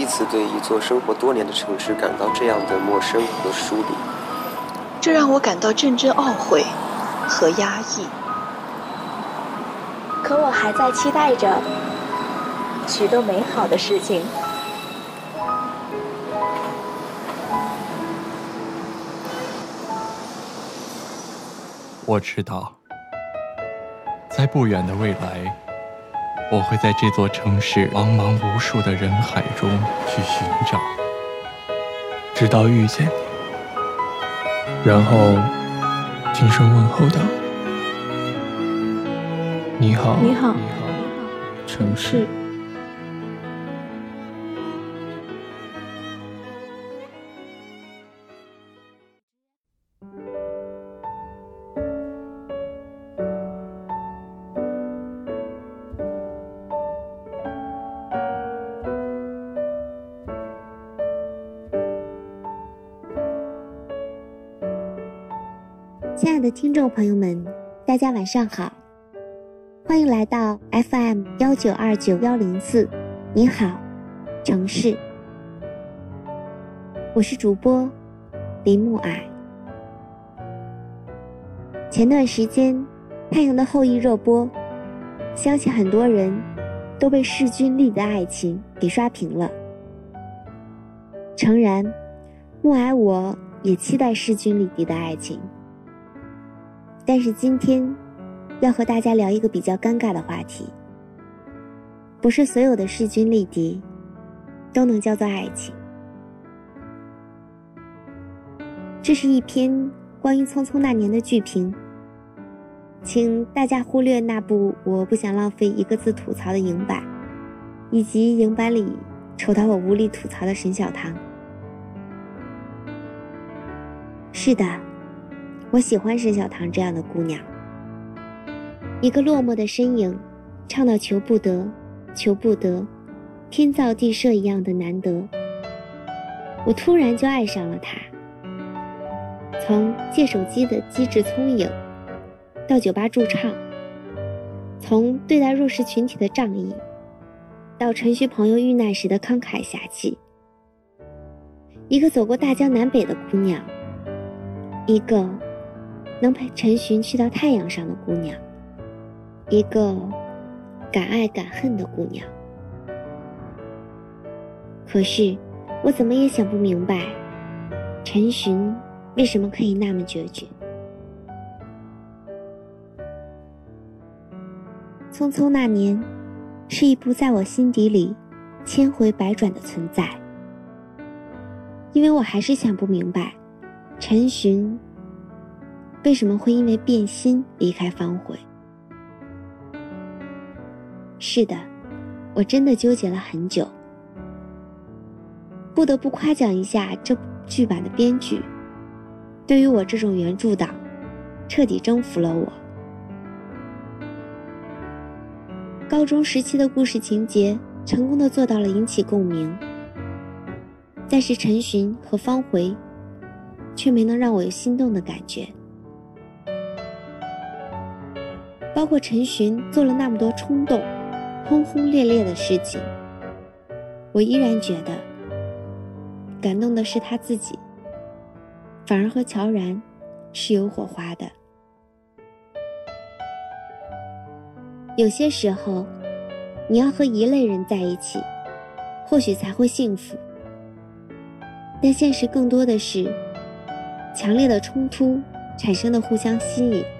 次对一座生活多年的城市感到这样的陌生和疏离， 这让我感到阵阵懊悔和压抑。 可我还在期待着许多美好的事情。 我知道，在不远的未来，我会在这座城市茫茫无数的人海中去寻找， 直到遇见你，然后轻声问候道：你好， 你好， 城市。 亲爱的听众朋友们，大家晚上好，欢迎来到 FM1929104，你好，城市。我是主播林木矮。前段时间《太阳的后裔》热播，相信很多人都被势均力敌的爱情给刷屏了。诚然，木矮我也期待势均力敌的爱情。但是今天要和大家聊一个比较尴尬的话题，不是所有的势均力敌都能叫做爱情。这是一篇关于《匆匆那年》的剧评，请大家忽略那部我不想浪费一个字吐槽的影版，以及影版里丑到我无力吐槽的沈小棠。是的，我喜欢沈小棠这样的姑娘，一个落寞的身影，唱到求不得，求不得，天造地设一样的难得。我突然就爱上了她，从借手机的机智聪颖，到酒吧驻唱，从对待弱势群体的仗义，到承续朋友遇难时的慷慨侠气。一个走过大江南北的姑娘，一个能陪陈寻去到太阳上的姑娘，一个敢爱敢恨的姑娘。可是我怎么也想不明白，陈寻为什么可以那么决绝。匆匆那年是一部在我心底里千回百转的存在，因为我还是想不明白陈寻为什么会因为变心离开方茴。是的，我真的纠结了很久。不得不夸奖一下这部剧版的编剧，对于我这种原著党彻底征服了我。高中时期的故事情节成功地做到了引起共鸣，但是陈寻和方茴却没能让我有心动的感觉。包括陈寻做了那么多冲动轰轰烈烈的事情，我依然觉得感动的是他自己，反而和乔然是有火花的。有些时候你要和一类人在一起，或许才会幸福，但现实更多的是强烈的冲突产生的互相吸引。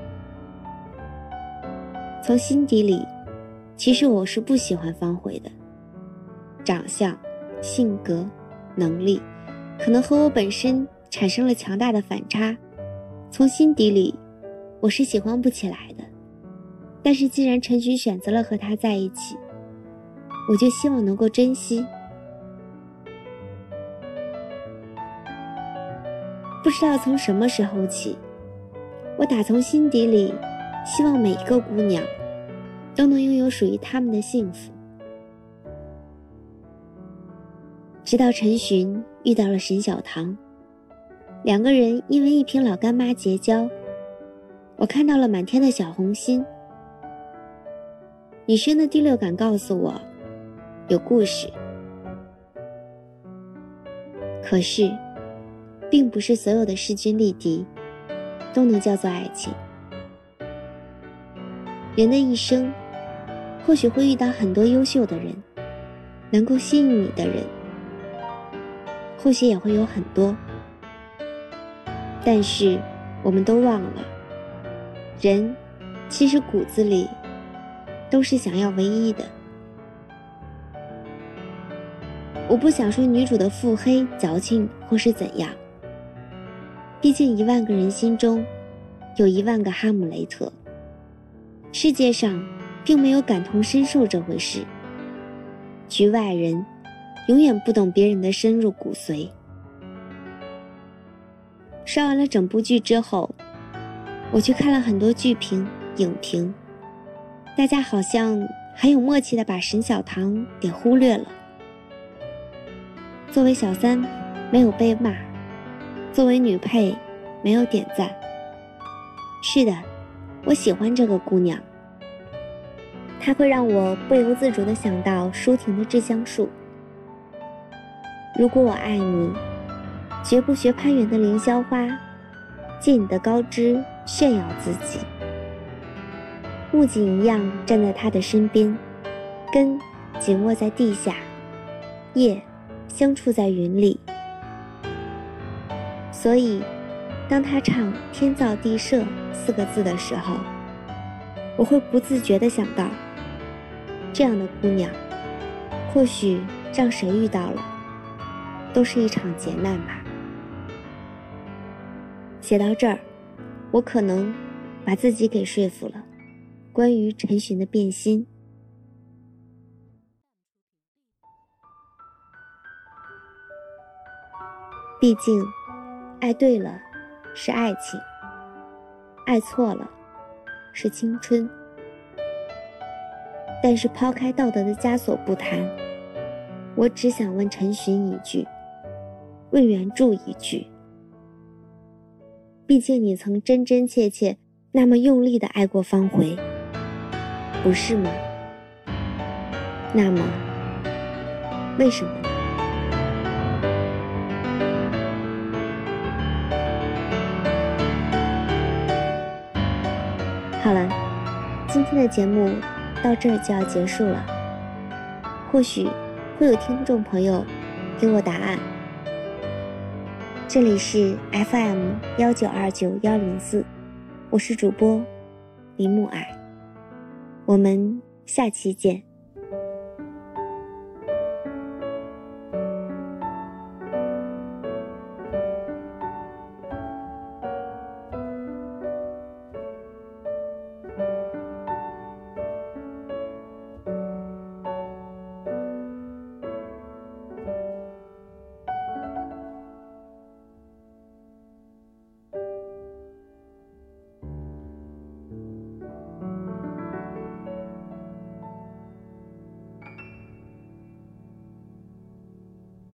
从心底里，其实我是不喜欢方茴的，长相、性格、能力可能和我本身产生了强大的反差，从心底里我是喜欢不起来的。但是既然陈寻选择了和他在一起，我就希望能够珍惜。不知道从什么时候起，我打从心底里希望每一个姑娘都能拥有属于她们的幸福。直到陈寻遇到了沈小棠，两个人因为一瓶老干妈结交，我看到了满天的小红心。女生的第六感告诉我，有故事， 可是，并不是所有的势均力敌都能叫做爱情。人的一生，或许会遇到很多优秀的人，能够吸引你的人，或许也会有很多。但是我们都忘了，人其实骨子里都是想要唯一的。我不想说女主的腹黑、矫情或是怎样，毕竟10000个人心中有10000个哈姆雷特，世界上并没有感同身受这回事。局外人永远不懂别人的深入骨髓。刷完了整部剧之后，我去看了很多剧评、影评，大家好像很有默契地把沈小棠给忽略了。作为小三没有被骂，作为女配没有点赞。是的，我喜欢这个姑娘，她会让我不由自主地想到舒婷的致橡树。如果我爱你，绝不学攀援的凌霄花，借你的高枝炫耀自己。木槿一样站在他的身边，根紧握在地下，叶相触在云里。所以当他唱天造地设4个字的时候，我会不自觉地想到，这样的姑娘或许让谁遇到了都是一场劫难吧。写到这儿，我可能把自己给说服了，关于陈寻的变心。毕竟爱对了是爱情，爱错了是青春。但是抛开道德的枷锁不谈，我只想问陈寻一句，问原著一句，毕竟你曾真真切切那么用力地爱过方茴，不是吗？那么为什么呢？好了，今天的节目到这儿就要结束了。或许会有听众朋友给我答案。这里是 FM1929104，我是主播林木耳，我们下期见。